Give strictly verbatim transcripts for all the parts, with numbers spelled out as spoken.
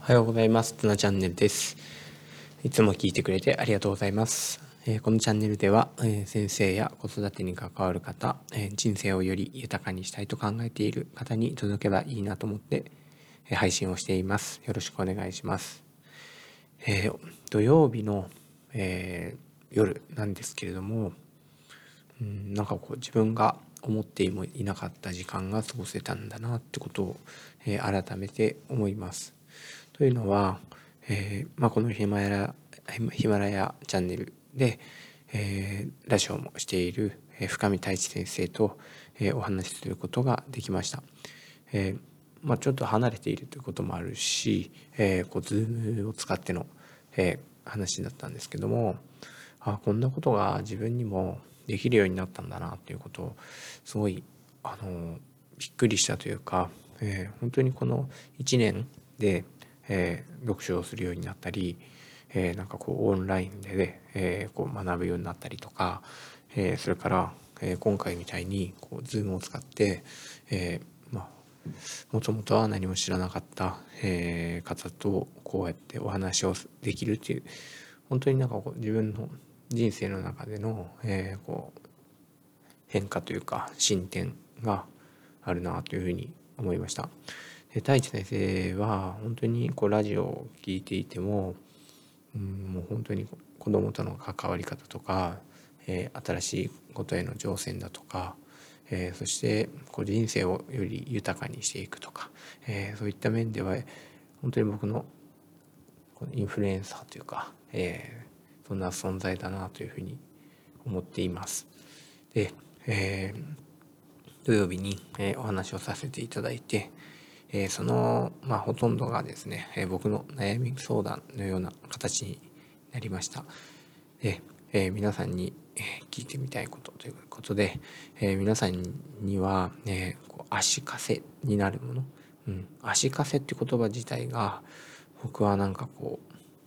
おはようございます。つなチャンネルです。いつも聞いてくれてありがとうございます。えーこのチャンネルでは、えー先生や子育てに関わる方、えー人生をより豊かにしたいと考えている方に届けばいいなと思って、えー配信をしています。よろしくお願いします。えー土曜日の、えー夜なんですけれども、うん、なんかこう自分が思ってもいなかった時間が過ごせたんだなってことを、えー改めて思います。というのは、えーまあ、このヒマラヤ、ヒマラヤチャンネルで、えーラジオもしている、えー深見太一先生と、えーお話しすることができました。えーまあ、ちょっと離れているということもあるし、えーこう Zoom を使っての、えー話だったんですけども、あこんなことが自分にもできるようになったんだなということをすごいあのびっくりしたというか、えー本当にこのいちねんで、えー読書をするようになったり、えーなんかこうオンラインで、ねえーこう学ぶようになったりとか、えーそれから、えー今回みたいにこう Zoom を使って、えーまあもともとは何も知らなかった、えー方とこうやってお話をできるっていう、本当になんかこう自分の人生の中での、えーこう変化というか進展があるなというふうに思いました。で太一先生は本当にこうラジオを聞いていても、うん、もう本当に子供との関わり方とか、えー新しいことへの挑戦だとか、えーそしてこう人生をより豊かにしていくとか、えーそういった面では本当に僕のこのインフルエンサーというか、えーそんな存在だなというふうに思っています。で、えー土曜日に、えーお話をさせていただいて、えーその、まあ、ほとんどがですね、えー僕の悩み相談のような形になりました。で、えー皆さんに、えー聞いてみたいことということで、えー皆さんには、ね、こう足かせになるもの、うん、足かせっていう言葉自体が僕はなんかこ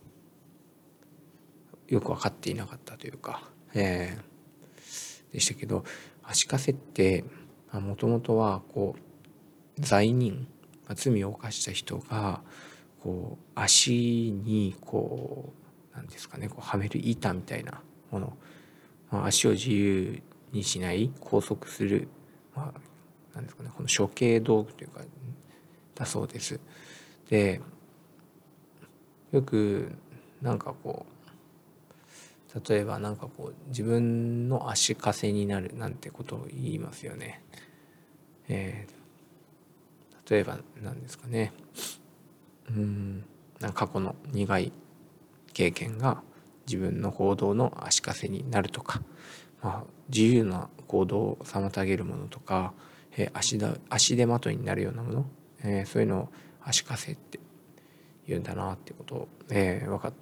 うよく分かっていなかったというか、えーでしたけど、足かせってもともとはこう罪人、罪を犯した人がこう足にこうなんですかね、こうはめる板みたいなもの、まあ、足を自由にしない拘束する、まあ、なんですかね、この処刑道具というかだそうです。でよくなんかこう例えばなんかこう自分の足かせになるなんてことを言いますよね。えー、例えばなんですかね、うんなんか過去の苦い経験が自分の行動の足かせになるとか、まあ、自由な行動を妨げるものとか、えー足だ足手まといになるようなもの、えーそういうのを足かせって言うんだなっていうことを、えー分かって、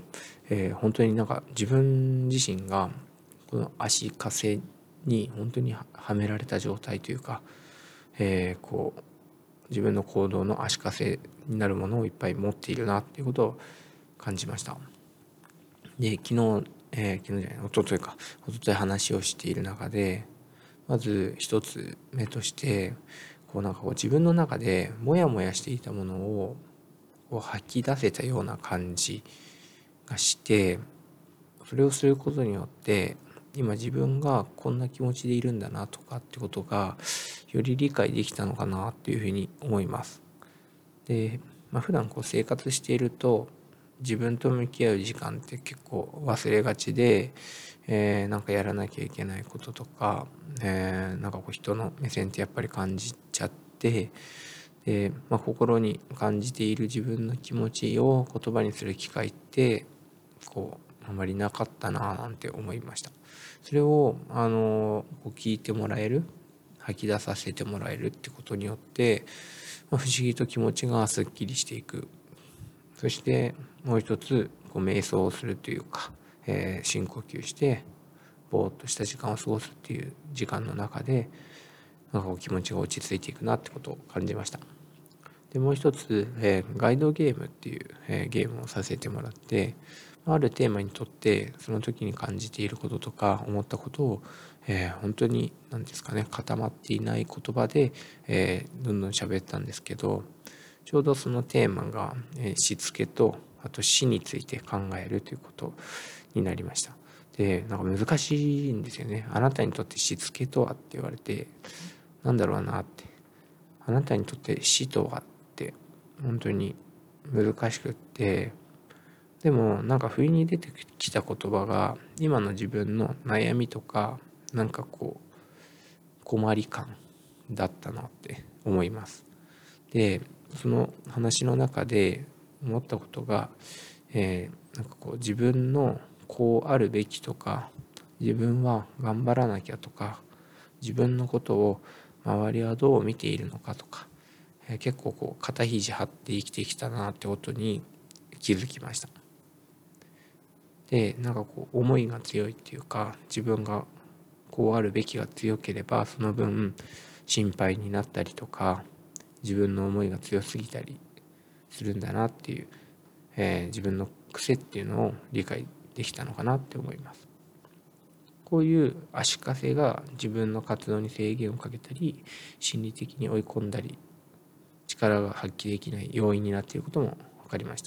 えー本当になんか自分自身がこの足かせに本当にはめられた状態というか、えーこう自分の行動の足かせになるものをいっぱい持っているなっていうことを感じました。で昨日、えー、昨日じゃない一昨日か一昨日話をしている中で、まず一つ目として、こうなんかこう自分の中でモヤモヤしていたものをこう吐き出せたような感じがして、それをすることによって今自分がこんな気持ちでいるんだなとかってことがより理解できたのかなっていうふうに思います。で、まあ、普段こう生活していると自分と向き合う時間って結構忘れがちで、えー、なんかやらなきゃいけないこととか、えー、なんかこう人の目線ってやっぱり感じちゃって、で、まあ、心に感じている自分の気持ちを言葉にする機会ってこうあまりなかったななんて思いました。それをあのこう聞いてもらえる、吐き出させてもらえるってことによって、まあ、不思議と気持ちがすっきりしていく。そしてもう一つこう瞑想をするというか、えー、深呼吸してぼーっとした時間を過ごすっていう時間の中でなんかこう気持ちが落ち着いていくなってことを感じました。でもう一つ、えー、ガイドゲームっていう、えー、ゲームをさせてもらって、あるテーマにとってその時に感じていることとか思ったことを、えー、本当に何ですかね、固まっていない言葉で、えー、どんどん喋ったんですけど、 ちょうどそのテーマが、えー、しつけとあと死について考えるということになりました。でなんか難しいんですよね。あなたにとってしつけとはって言われて、なんだろうなって、あなたにとって死とはって本当に難しくって、でもなんか不意に出てきた言葉が今の自分の悩みとかなんかこう困り感だったなって思います。でその話の中で思ったことが、えー、なんかこう自分のこうあるべきとか、自分は頑張らなきゃとか、自分のことを周りはどう見ているのかとか、えー、結構こう肩肘張って生きてきたなってことに気づきました。でなんかこう思いが強いっていうか、自分がこうあるべきが強ければその分心配になったりとか、自分の思いが強すぎたりするんだなっていう、えー、自分の癖っていうのを理解できたのかなって思います。こういう足かせが自分の活動に制限をかけたり、心理的に追い込んだり、力が発揮できない要因になっていることも分かりました。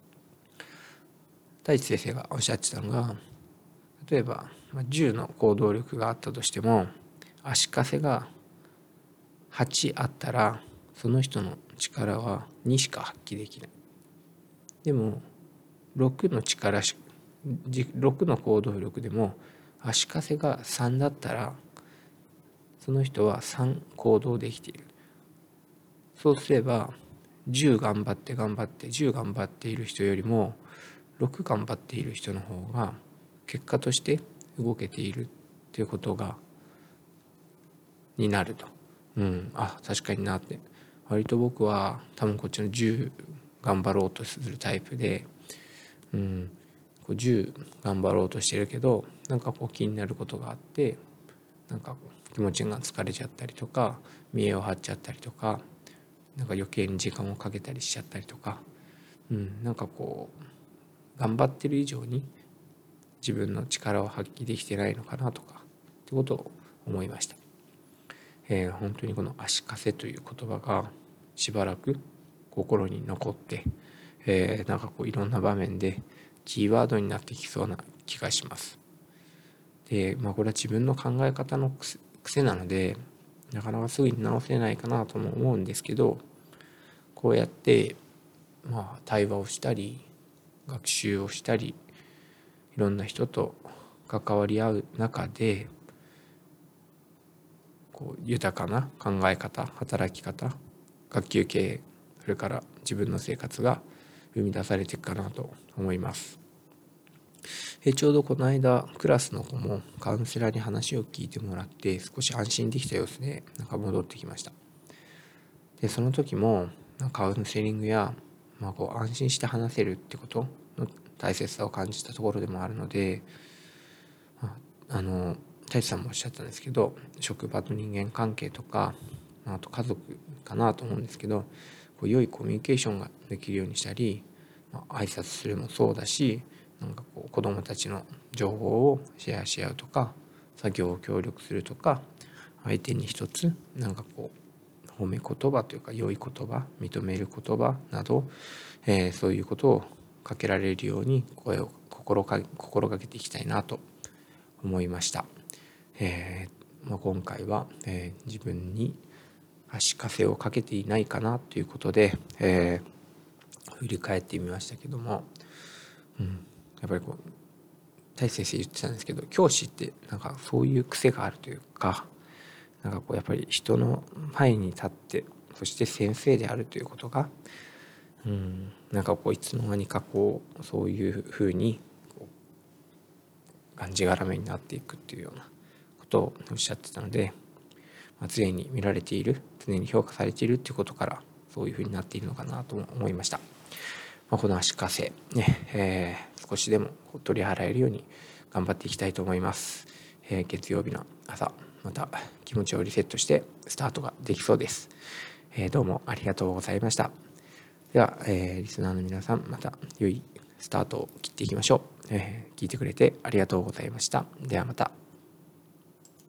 太一先生がおっしゃってたのが、例えばじゅうの行動力があったとしても、足かせがはちあったらその人の力はにしか発揮できない。でもろくの力しろくの行動力でも足かせがさんだったらその人はさん行動できている。そうすればじゅう頑張って頑張ってじゅう頑張っている人よりもろく頑張っている人の方が結果として動けているということがになると、うん、あ確かになって。割と僕は多分こっちのじゅう頑張ろうとするタイプで、うん、こうじゅう頑張ろうとしてるけどなんかこう気になることがあって、なんか気持ちが疲れちゃったりとか見栄を張っちゃったりとか、なんか余計に時間をかけたりしちゃったりとか、うん、なんかこう頑張ってる以上に自分の力を発揮できてないのかなとかってことを思いました。えー、本当にこの足かせという言葉がしばらく心に残って、えー、なんかこういろんな場面でキーワードになってきそうな気がします。で、まあ、これは自分の考え方の癖なのでなかなかすぐに直せないかなとも思うんですけど、こうやってまあ対話をしたり学習をしたりいろんな人と関わり合う中でこう豊かな考え方、働き方、学級経営、それから自分の生活が生み出されていくかなと思います。えちょうどこの間クラスの子もカウンセラーに話を聞いてもらって少し安心できた様子でなんか戻ってきました。でその時もカウンセリングや、まあ、こう安心して話せるってことの大切さを感じたところでもあるので、あ、あの太一さんもおっしゃったんですけど、職場と人間関係とかあと家族かなと思うんですけど、こう良いコミュニケーションができるようにしたり、まあ、挨拶するもそうだし、なんかこう子どもたちの情報をシェアし合うとか作業を協力するとか、相手に一つなんかこう褒め言葉というか良い言葉、認める言葉など、えー、そういうことをかけられるように声を心か心がけていきたいなと思いました。えーまあ、今回は、えー、自分に足かせをかけていないかなということで、えー、振り返ってみましたけども、うん、やっぱりこう大先生言ってたんですけど、教師ってなんかそういう癖があるというか、なんかこうやっぱり人の前に立ってそして先生であるということが、うん、なんかこういつの間にかこうそういうふうにこうがんじがらめになっていくっていうようなことをおっしゃってたので、まあ、常に見られている、常に評価されているっていうことからそういうふうになっているのかなと思いました。まあ、この足かせね、えー、少しでも取り払えるように頑張っていきたいと思います。えー、月曜日の朝また気持ちをリセットしてスタートができそうです。えー、どうもありがとうございました。では、えー、リスナーの皆さんまた良いスタートを切っていきましょう。えー、聞いてくれてありがとうございました。ではまた。